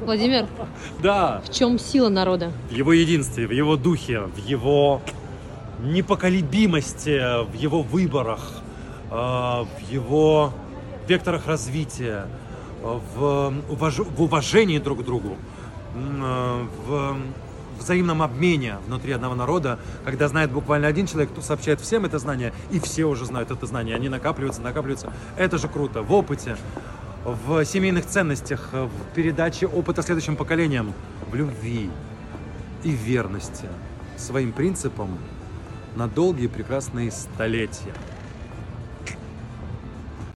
Владимир, Да, в чем сила народа? в его единстве, в его духе, в его непоколебимости, в его выборах, в его векторах развития, в уважении друг к другу, в взаимном обмене внутри одного народа, когда знает буквально один человек, кто сообщает всем это знание, и все уже знают это знание, они накапливаются. Это же круто. В опыте, в семейных ценностях, в передаче опыта следующим поколениям, в любви и верности своим принципам на долгие прекрасные столетия.